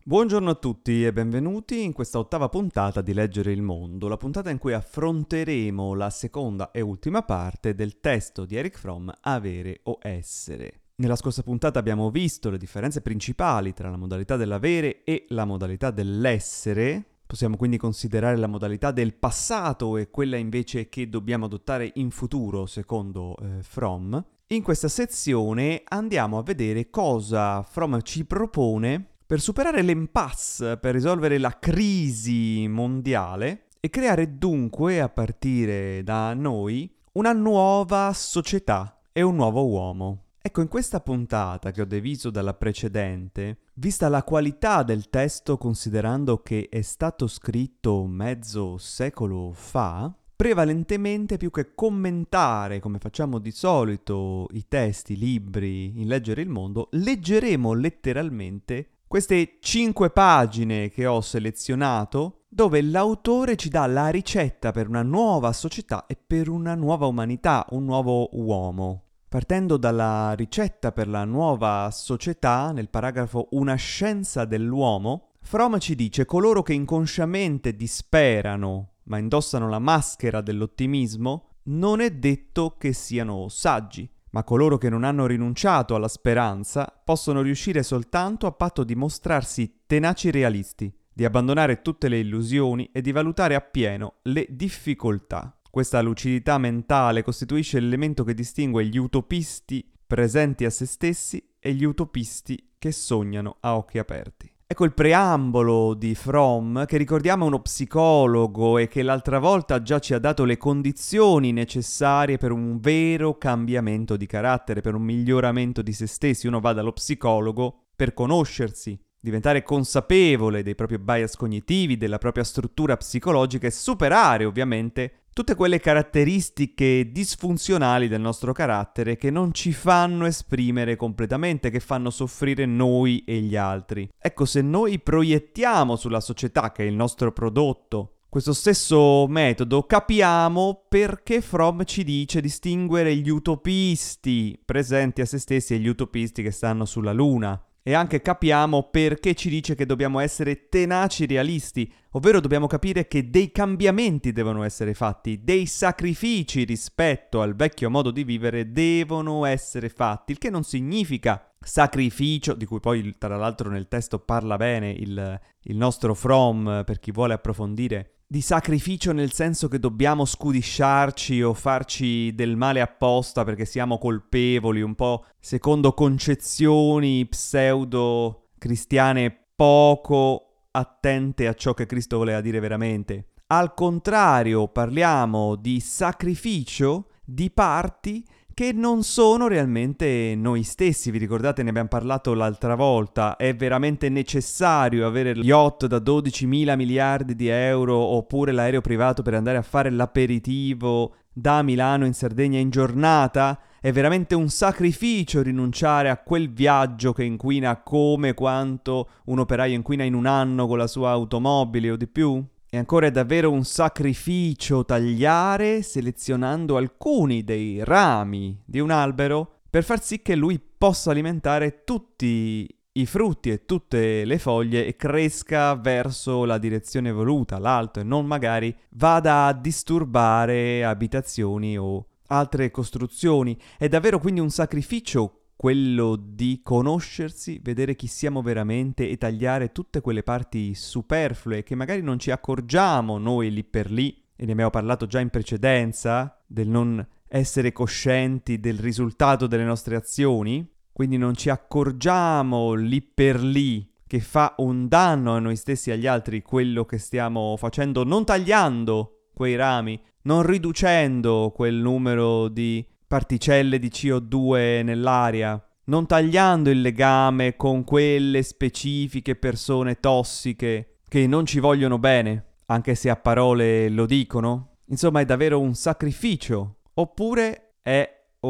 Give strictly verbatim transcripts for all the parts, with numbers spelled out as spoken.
Buongiorno a tutti e benvenuti in questa ottava puntata di Leggere il Mondo, la puntata in cui affronteremo la seconda e ultima parte del testo di Erich Fromm Avere o Essere. Nella scorsa puntata abbiamo visto le differenze principali tra la modalità dell'avere e la modalità dell'essere. Possiamo quindi considerare la modalità del passato e quella invece che dobbiamo adottare in futuro, secondo eh, Fromm. In questa sezione andiamo a vedere cosa Fromm ci propone per superare l'impasse, per risolvere la crisi mondiale e creare dunque, a partire da noi, una nuova società e un nuovo uomo. Ecco, in questa puntata che ho diviso dalla precedente, vista la qualità del testo considerando che è stato scritto mezzo secolo fa, prevalentemente più che commentare, come facciamo di solito, i testi, i libri in Leggere il Mondo, leggeremo letteralmente queste cinque pagine che ho selezionato, dove l'autore ci dà la ricetta per una nuova società e per una nuova umanità, un nuovo uomo. Partendo dalla ricetta per la nuova società, nel paragrafo Una scienza dell'uomo, Fromm ci dice: coloro che inconsciamente disperano, ma indossano la maschera dell'ottimismo, non è detto che siano saggi. Ma coloro che non hanno rinunciato alla speranza possono riuscire soltanto a patto di mostrarsi tenaci realisti, di abbandonare tutte le illusioni e di valutare appieno le difficoltà. Questa lucidità mentale costituisce l'elemento che distingue gli utopisti presenti a se stessi e gli utopisti che sognano a occhi aperti. Ecco il preambolo di Fromm, che ricordiamo è uno psicologo e che l'altra volta già ci ha dato le condizioni necessarie per un vero cambiamento di carattere, per un miglioramento di se stessi. Uno va dallo psicologo per conoscersi, diventare consapevole dei propri bias cognitivi, della propria struttura psicologica e superare ovviamente tutte quelle caratteristiche disfunzionali del nostro carattere che non ci fanno esprimere completamente, che fanno soffrire noi e gli altri. Ecco, se noi proiettiamo sulla società, che è il nostro prodotto, questo stesso metodo, capiamo perché Fromm ci dice distinguere gli utopisti presenti a se stessi e gli utopisti che stanno sulla Luna. E anche capiamo perché ci dice che dobbiamo essere tenaci realisti, ovvero dobbiamo capire che dei cambiamenti devono essere fatti, dei sacrifici rispetto al vecchio modo di vivere devono essere fatti, il che non significa sacrificio, di cui poi tra l'altro nel testo parla bene il, il nostro Fromm, per chi vuole approfondire, di sacrificio nel senso che dobbiamo scudisciarci o farci del male apposta perché siamo colpevoli, un po' secondo concezioni pseudo-cristiane poco attente a ciò che Cristo voleva dire veramente. Al contrario, parliamo di sacrificio di parti che non sono realmente noi stessi. Vi ricordate, ne abbiamo parlato l'altra volta, è veramente necessario avere il yacht da dodicimila miliardi di euro oppure l'aereo privato per andare a fare l'aperitivo da Milano in Sardegna in giornata? È veramente un sacrificio rinunciare a quel viaggio che inquina come quanto un operaio inquina in un anno con la sua automobile o di più? E ancora è davvero un sacrificio tagliare selezionando alcuni dei rami di un albero per far sì che lui possa alimentare tutti i frutti e tutte le foglie e cresca verso la direzione voluta, l'alto, e non magari vada a disturbare abitazioni o altre costruzioni. È davvero quindi un sacrificio quello di conoscersi, vedere chi siamo veramente e tagliare tutte quelle parti superflue che magari non ci accorgiamo noi lì per lì, e ne abbiamo parlato già in precedenza, del non essere coscienti del risultato delle nostre azioni, quindi non ci accorgiamo lì per lì che fa un danno a noi stessi e agli altri quello che stiamo facendo, non tagliando quei rami, non riducendo quel numero di particelle di C O due nell'aria, non tagliando il legame con quelle specifiche persone tossiche che non ci vogliono bene, anche se a parole lo dicono. Insomma, è davvero un sacrificio, oppure è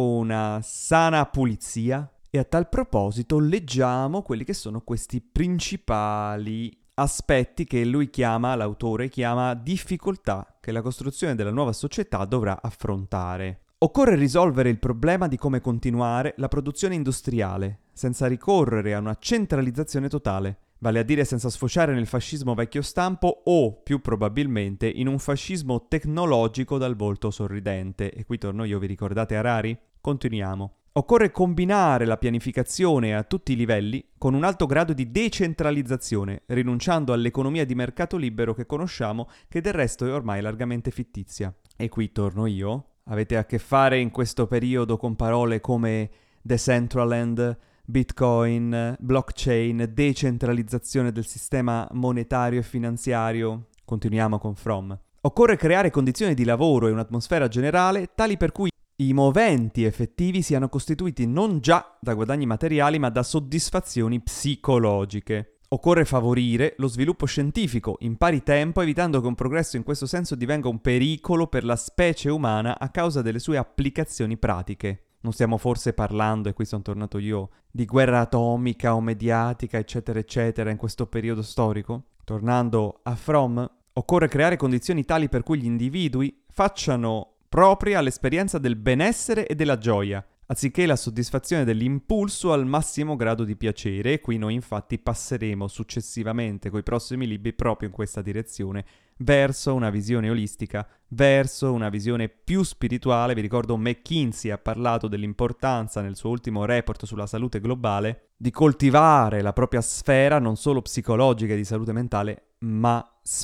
una sana pulizia? E a tal proposito leggiamo quelli che sono questi principali aspetti che lui chiama, l'autore chiama difficoltà che la costruzione della nuova società dovrà affrontare. Occorre risolvere il problema di come continuare la produzione industriale senza ricorrere a una centralizzazione totale, vale a dire senza sfociare nel fascismo vecchio stampo o, più probabilmente, in un fascismo tecnologico dal volto sorridente. E qui torno io, vi ricordate Harari? Continuiamo. Occorre combinare la pianificazione a tutti i livelli con un alto grado di decentralizzazione, rinunciando all'economia di mercato libero che conosciamo, che del resto è ormai largamente fittizia. E qui torno io. Avete a che fare in questo periodo con parole come Decentraland, Bitcoin, blockchain, decentralizzazione del sistema monetario e finanziario. Continuiamo con Fromm. Occorre creare condizioni di lavoro e un'atmosfera generale tali per cui i moventi effettivi siano costituiti non già da guadagni materiali ma da soddisfazioni psicologiche. Occorre favorire lo sviluppo scientifico in pari tempo, evitando che un progresso in questo senso divenga un pericolo per la specie umana a causa delle sue applicazioni pratiche. Non stiamo forse parlando, e qui sono tornato io, di guerra atomica o mediatica, eccetera, eccetera, in questo periodo storico? Tornando a Fromm, occorre creare condizioni tali per cui gli individui facciano propria l'esperienza del benessere e della gioia, anziché la soddisfazione dell'impulso al massimo grado di piacere, e qui noi infatti passeremo successivamente coi prossimi libri proprio in questa direzione, verso una visione olistica, verso una visione più spirituale. Vi ricordo McKinsey ha parlato dell'importanza nel suo ultimo report sulla salute globale di coltivare la propria sfera non solo psicologica e di salute mentale, ma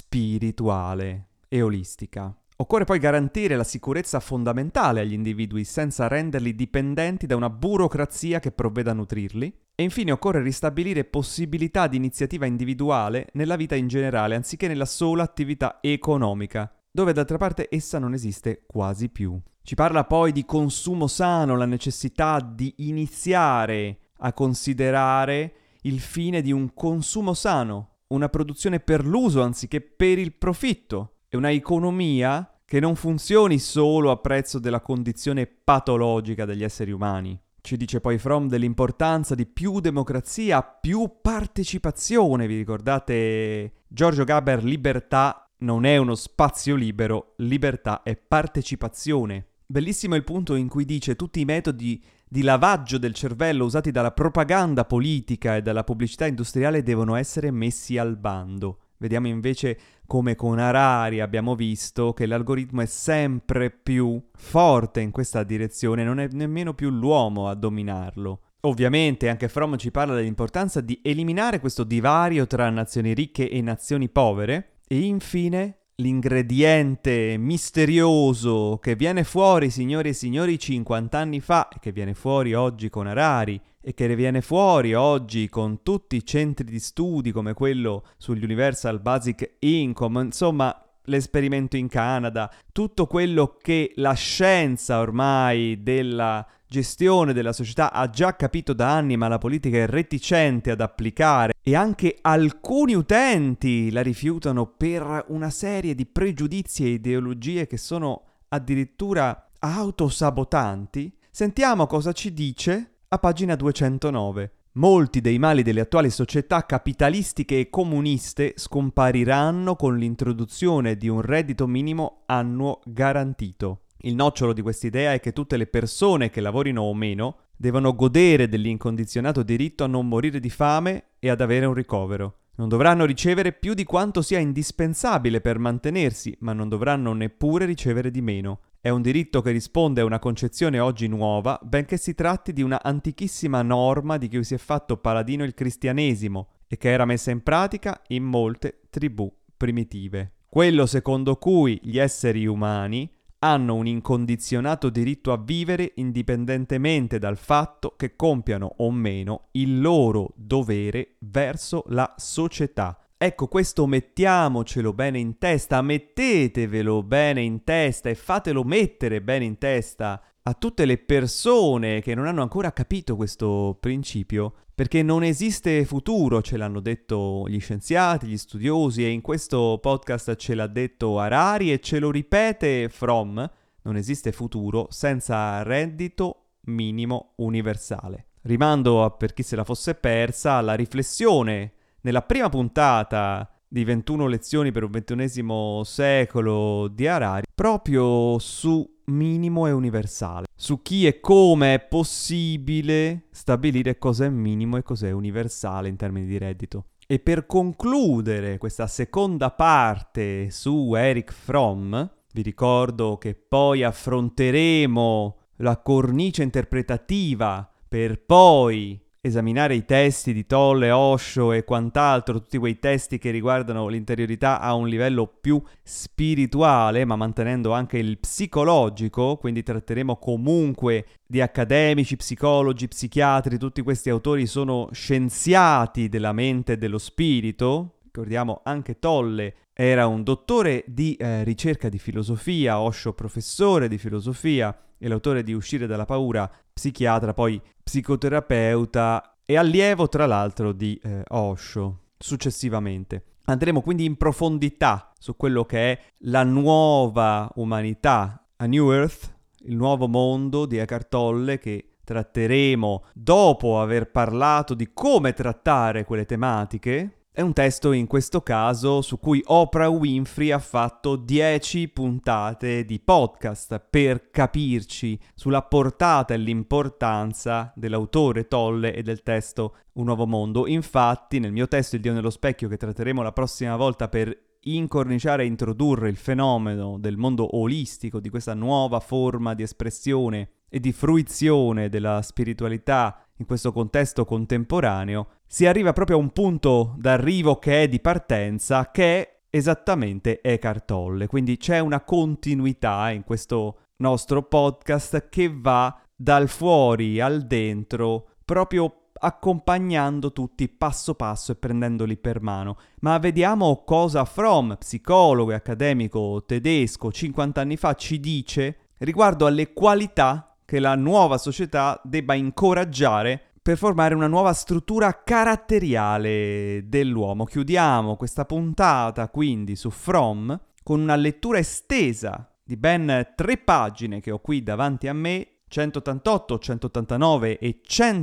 spirituale e olistica. Occorre poi garantire la sicurezza fondamentale agli individui senza renderli dipendenti da una burocrazia che provveda a nutrirli. E infine occorre ristabilire possibilità di iniziativa individuale nella vita in generale, anziché nella sola attività economica, dove d'altra parte essa non esiste quasi più. Ci parla poi di consumo sano, la necessità di iniziare a considerare il fine di un consumo sano, una produzione per l'uso anziché per il profitto. È una economia che non funzioni solo a prezzo della condizione patologica degli esseri umani. Ci dice poi Fromm dell'importanza di più democrazia, più partecipazione. Vi ricordate Giorgio Gaber, libertà non è uno spazio libero, libertà è partecipazione. Bellissimo il punto in cui dice tutti i metodi di lavaggio del cervello usati dalla propaganda politica e dalla pubblicità industriale devono essere messi al bando. Vediamo invece come con Harari abbiamo visto che l'algoritmo è sempre più forte in questa direzione, non è nemmeno più l'uomo a dominarlo. Ovviamente anche Fromm ci parla dell'importanza di eliminare questo divario tra nazioni ricche e nazioni povere. E infine l'ingrediente misterioso che viene fuori, signori e signori, cinquanta anni fa e che viene fuori oggi con Harari e che viene fuori oggi con tutti i centri di studi come quello sugli Universal Basic Income, insomma l'esperimento in Canada, tutto quello che la scienza ormai della gestione della società ha già capito da anni, ma la politica è reticente ad applicare e anche alcuni utenti la rifiutano per una serie di pregiudizi e ideologie che sono addirittura autosabotanti. Sentiamo cosa ci dice a pagina duecentonove. Molti dei mali delle attuali società capitalistiche e comuniste scompariranno con l'introduzione di un reddito minimo annuo garantito. Il nocciolo di quest'idea è che tutte le persone che lavorino o meno devono godere dell'incondizionato diritto a non morire di fame e ad avere un ricovero. Non dovranno ricevere più di quanto sia indispensabile per mantenersi, ma non dovranno neppure ricevere di meno. È un diritto che risponde a una concezione oggi nuova, benché si tratti di una antichissima norma di cui si è fatto paladino il cristianesimo e che era messa in pratica in molte tribù primitive. Quello secondo cui gli esseri umani hanno un incondizionato diritto a vivere indipendentemente dal fatto che compiano o meno il loro dovere verso la società. Ecco, questo mettiamocelo bene in testa, mettetevelo bene in testa e fatelo mettere bene in testa a tutte le persone che non hanno ancora capito questo principio, perché non esiste futuro, ce l'hanno detto gli scienziati, gli studiosi, e in questo podcast ce l'ha detto Harari e ce lo ripete Fromm: non esiste futuro senza reddito minimo universale. Rimando, a, per chi se la fosse persa, alla riflessione nella prima puntata di ventuno lezioni per un ventunesimo secolo di Harari, proprio su minimo e universale, su chi e come è possibile stabilire cos'è minimo e cos'è universale in termini di reddito. E per concludere questa seconda parte su Erich Fromm, vi ricordo che poi affronteremo la cornice interpretativa per poi esaminare i testi di Tolle, Osho e quant'altro, tutti quei testi che riguardano l'interiorità a un livello più spirituale, ma mantenendo anche il psicologico, quindi tratteremo comunque di accademici, psicologi, psichiatri, tutti questi autori sono scienziati della mente e dello spirito. Ricordiamo anche Tolle era un dottore di eh, ricerca di filosofia, Osho professore di filosofia e l'autore di Uscire dalla paura, psichiatra, poi psicoterapeuta e allievo tra l'altro di eh, Osho successivamente. Andremo quindi in profondità su quello che è la nuova umanità, A New Earth, il nuovo mondo di Eckhart Tolle, che tratteremo dopo aver parlato di come trattare quelle tematiche. È un testo in questo caso su cui Oprah Winfrey ha fatto dieci puntate di podcast per capirci sulla portata e l'importanza dell'autore Tolle e del testo Un nuovo mondo. Infatti nel mio testo Il Dio nello specchio, che tratteremo la prossima volta per incorniciare e introdurre il fenomeno del mondo olistico, di questa nuova forma di espressione e di fruizione della spiritualità in questo contesto contemporaneo, si arriva proprio a un punto d'arrivo che è di partenza, che è esattamente Eckhart Tolle. Quindi c'è una continuità in questo nostro podcast che va dal fuori al dentro, proprio accompagnando tutti passo passo e prendendoli per mano. Ma vediamo cosa Fromm, psicologo e accademico tedesco, cinquanta anni fa ci dice riguardo alle qualità che la nuova società debba incoraggiare per formare una nuova struttura caratteriale dell'uomo. Chiudiamo questa puntata quindi su Fromm con una lettura estesa di ben tre pagine che ho qui davanti a me, centottantotto, centottantanove e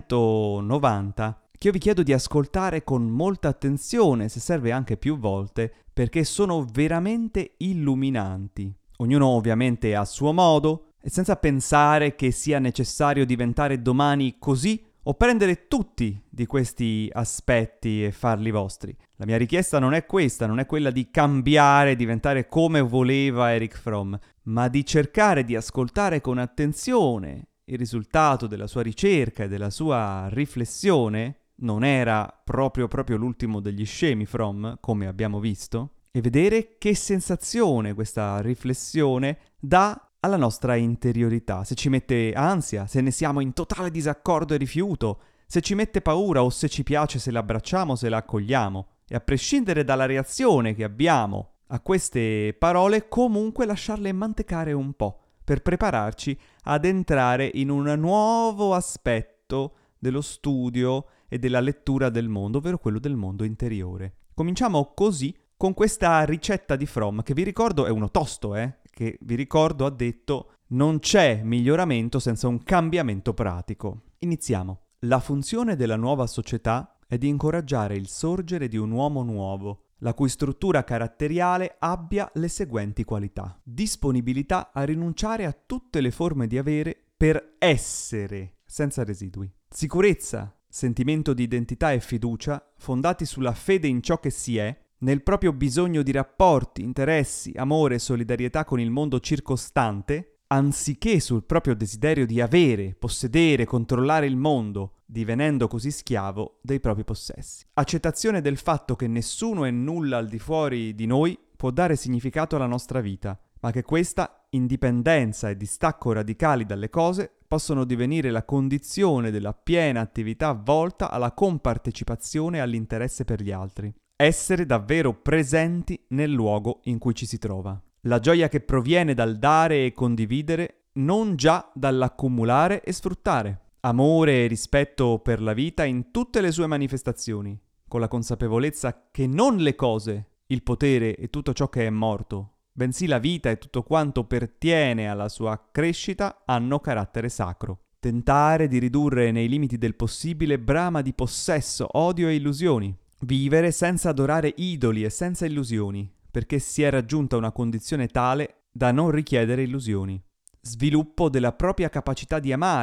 centonovanta, che io vi chiedo di ascoltare con molta attenzione, se serve anche più volte, perché sono veramente illuminanti. Ognuno ovviamente a suo modo, e senza pensare che sia necessario diventare domani così o prendere tutti di questi aspetti e farli vostri. La mia richiesta non è questa, non è quella di cambiare, diventare come voleva Erich Fromm, ma di cercare di ascoltare con attenzione il risultato della sua ricerca e della sua riflessione. Non era proprio proprio l'ultimo degli scemi Fromm, come abbiamo visto, e vedere che sensazione questa riflessione dà alla nostra interiorità, se ci mette ansia, se ne siamo in totale disaccordo e rifiuto, se ci mette paura o se ci piace, se l'abbracciamo, se la accogliamo. E a prescindere dalla reazione che abbiamo a queste parole, comunque lasciarle mantecare un po', per prepararci ad entrare in un nuovo aspetto dello studio e della lettura del mondo, ovvero quello del mondo interiore. Cominciamo così con questa ricetta di Fromm, che vi ricordo è uno tosto, eh? che vi ricordo ha detto non c'è miglioramento senza un cambiamento pratico. Iniziamo. La funzione della nuova società è di incoraggiare il sorgere di un uomo nuovo, la cui struttura caratteriale abbia le seguenti qualità. Disponibilità a rinunciare a tutte le forme di avere per essere, senza residui. Sicurezza, sentimento di identità e fiducia fondati sulla fede in ciò che si è, nel proprio bisogno di rapporti, interessi, amore e solidarietà con il mondo circostante, anziché sul proprio desiderio di avere, possedere, controllare il mondo, divenendo così schiavo dei propri possessi. Accettazione del fatto che nessuno e nulla al di fuori di noi può dare significato alla nostra vita, ma che questa indipendenza e distacco radicali dalle cose possono divenire la condizione della piena attività volta alla compartecipazione e all'interesse per gli altri. Essere davvero presenti nel luogo in cui ci si trova. La gioia che proviene dal dare e condividere, non già dall'accumulare e sfruttare. Amore e rispetto per la vita in tutte le sue manifestazioni, con la consapevolezza che non le cose, il potere e tutto ciò che è morto, bensì la vita e tutto quanto pertiene alla sua crescita hanno carattere sacro. Tentare di ridurre nei limiti del possibile brama di possesso, odio e illusioni. Vivere senza adorare idoli e senza illusioni, perché si è raggiunta una condizione tale da non richiedere illusioni. Sviluppo della propria capacità di amare,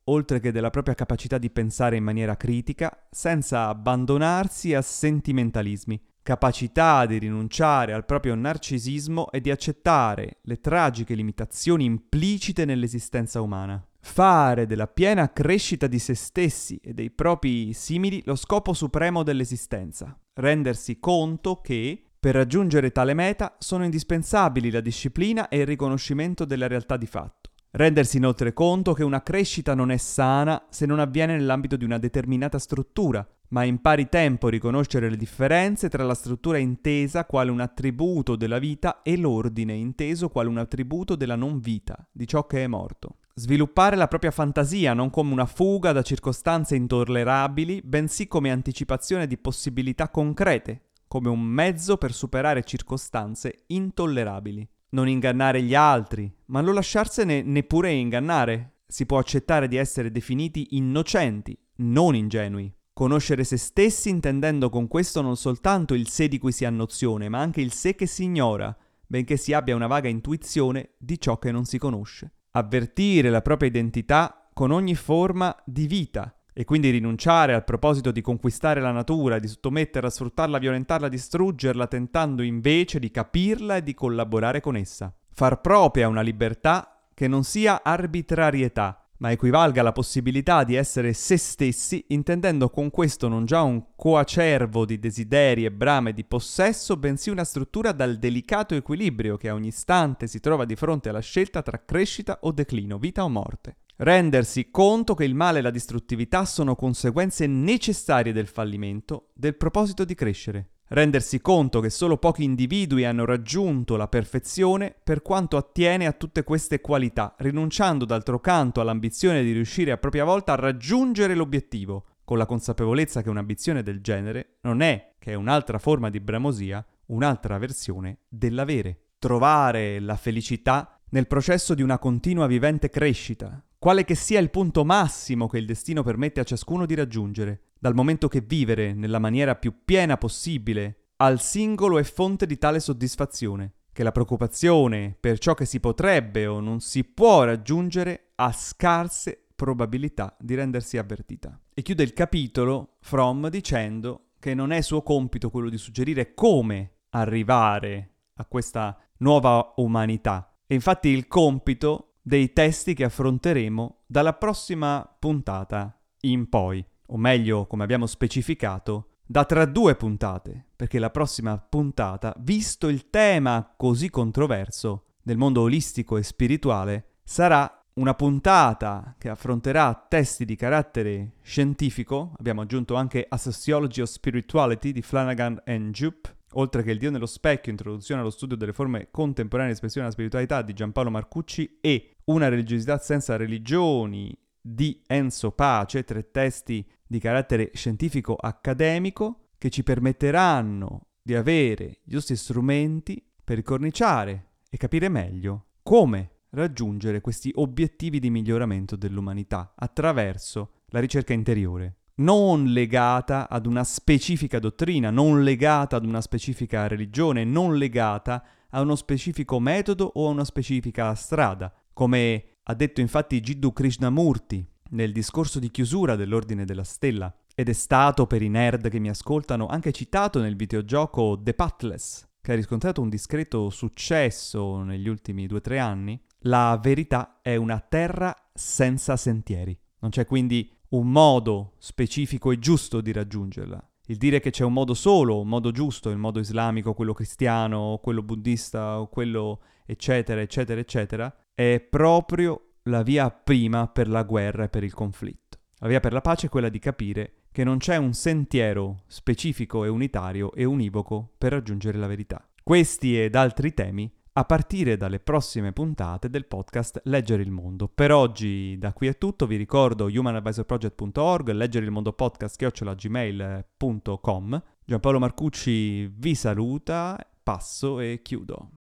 oltre che della propria capacità di pensare in maniera critica, senza abbandonarsi a sentimentalismi, capacità di rinunciare al proprio narcisismo e di accettare le tragiche limitazioni implicite nell'esistenza umana. Fare della piena crescita di se stessi e dei propri simili lo scopo supremo dell'esistenza. Rendersi conto che, per raggiungere tale meta, sono indispensabili la disciplina e il riconoscimento della realtà di fatto. Rendersi inoltre conto che una crescita non è sana se non avviene nell'ambito di una determinata struttura, ma in pari tempo riconoscere le differenze tra la struttura intesa quale un attributo della vita e l'ordine inteso quale un attributo della non vita, di ciò che è morto. Sviluppare la propria fantasia non come una fuga da circostanze intollerabili, bensì come anticipazione di possibilità concrete, come un mezzo per superare circostanze intollerabili. Non ingannare gli altri, ma non lasciarsene neppure ingannare. Si può accettare di essere definiti innocenti, non ingenui. Conoscere se stessi intendendo con questo non soltanto il sé di cui si ha nozione, ma anche il sé che si ignora, benché si abbia una vaga intuizione di ciò che non si conosce. Avvertire la propria identità con ogni forma di vita e quindi rinunciare al proposito di conquistare la natura, di sottometterla, sfruttarla, violentarla, distruggerla, tentando invece di capirla e di collaborare con essa. Far propria una libertà che non sia arbitrarietà, ma equivalga alla possibilità di essere se stessi, intendendo con questo non già un coacervo di desideri e brame di possesso, bensì una struttura dal delicato equilibrio che a ogni istante si trova di fronte alla scelta tra crescita o declino, vita o morte. Rendersi conto che il male e la distruttività sono conseguenze necessarie del fallimento, del proposito di crescere. Rendersi conto che solo pochi individui hanno raggiunto la perfezione per quanto attiene a tutte queste qualità, rinunciando d'altro canto all'ambizione di riuscire a propria volta a raggiungere l'obiettivo, con la consapevolezza che un'ambizione del genere non è che un'altra forma di bramosia, un'altra versione dell'avere. Trovare la felicità nel processo di una continua vivente crescita, quale che sia il punto massimo che il destino permette a ciascuno di raggiungere, dal momento che vivere nella maniera più piena possibile al singolo è fonte di tale soddisfazione, che la preoccupazione per ciò che si potrebbe o non si può raggiungere ha scarse probabilità di rendersi avvertita. E chiude il capitolo Fromm dicendo che non è suo compito quello di suggerire come arrivare a questa nuova umanità. E infatti il compito dei testi che affronteremo dalla prossima puntata in poi, o meglio, come abbiamo specificato, da tra due puntate, perché la prossima puntata, visto il tema così controverso del mondo olistico e spirituale, sarà una puntata che affronterà testi di carattere scientifico, abbiamo aggiunto anche A Sociology of Spirituality di Flanagan and Jupe, oltre che Il Dio nello specchio, introduzione allo studio delle forme contemporanee di espressione della spiritualità di Giampaolo Marcucci e Una religiosità senza religioni di Enzo Pace, tre testi di carattere scientifico accademico che ci permetteranno di avere gli giusti strumenti per ricorniciare e capire meglio come raggiungere questi obiettivi di miglioramento dell'umanità attraverso la ricerca interiore, non legata ad una specifica dottrina, non legata ad una specifica religione, non legata a uno specifico metodo o a una specifica strada, come ha detto infatti Jiddu Krishnamurti nel discorso di chiusura dell'Ordine della Stella, ed è stato, per i nerd che mi ascoltano, anche citato nel videogioco The Pathless, che ha riscontrato un discreto successo negli ultimi due o tre anni. La verità è una terra senza sentieri. Non c'è quindi un modo specifico e giusto di raggiungerla. Il dire che c'è un modo solo, un modo giusto, il modo islamico, quello cristiano, quello buddista o quello eccetera, eccetera, eccetera, è proprio la via prima per la guerra e per il conflitto. La via per la pace è quella di capire che non c'è un sentiero specifico e unitario e univoco per raggiungere la verità. Questi ed altri temi a partire dalle prossime puntate del podcast Leggere il Mondo. Per oggi da qui è tutto, vi ricordo human advisor project punto org, leggere il mondo podcast chiocciola gmail punto com. Giampaolo Marcucci vi saluta, passo e chiudo.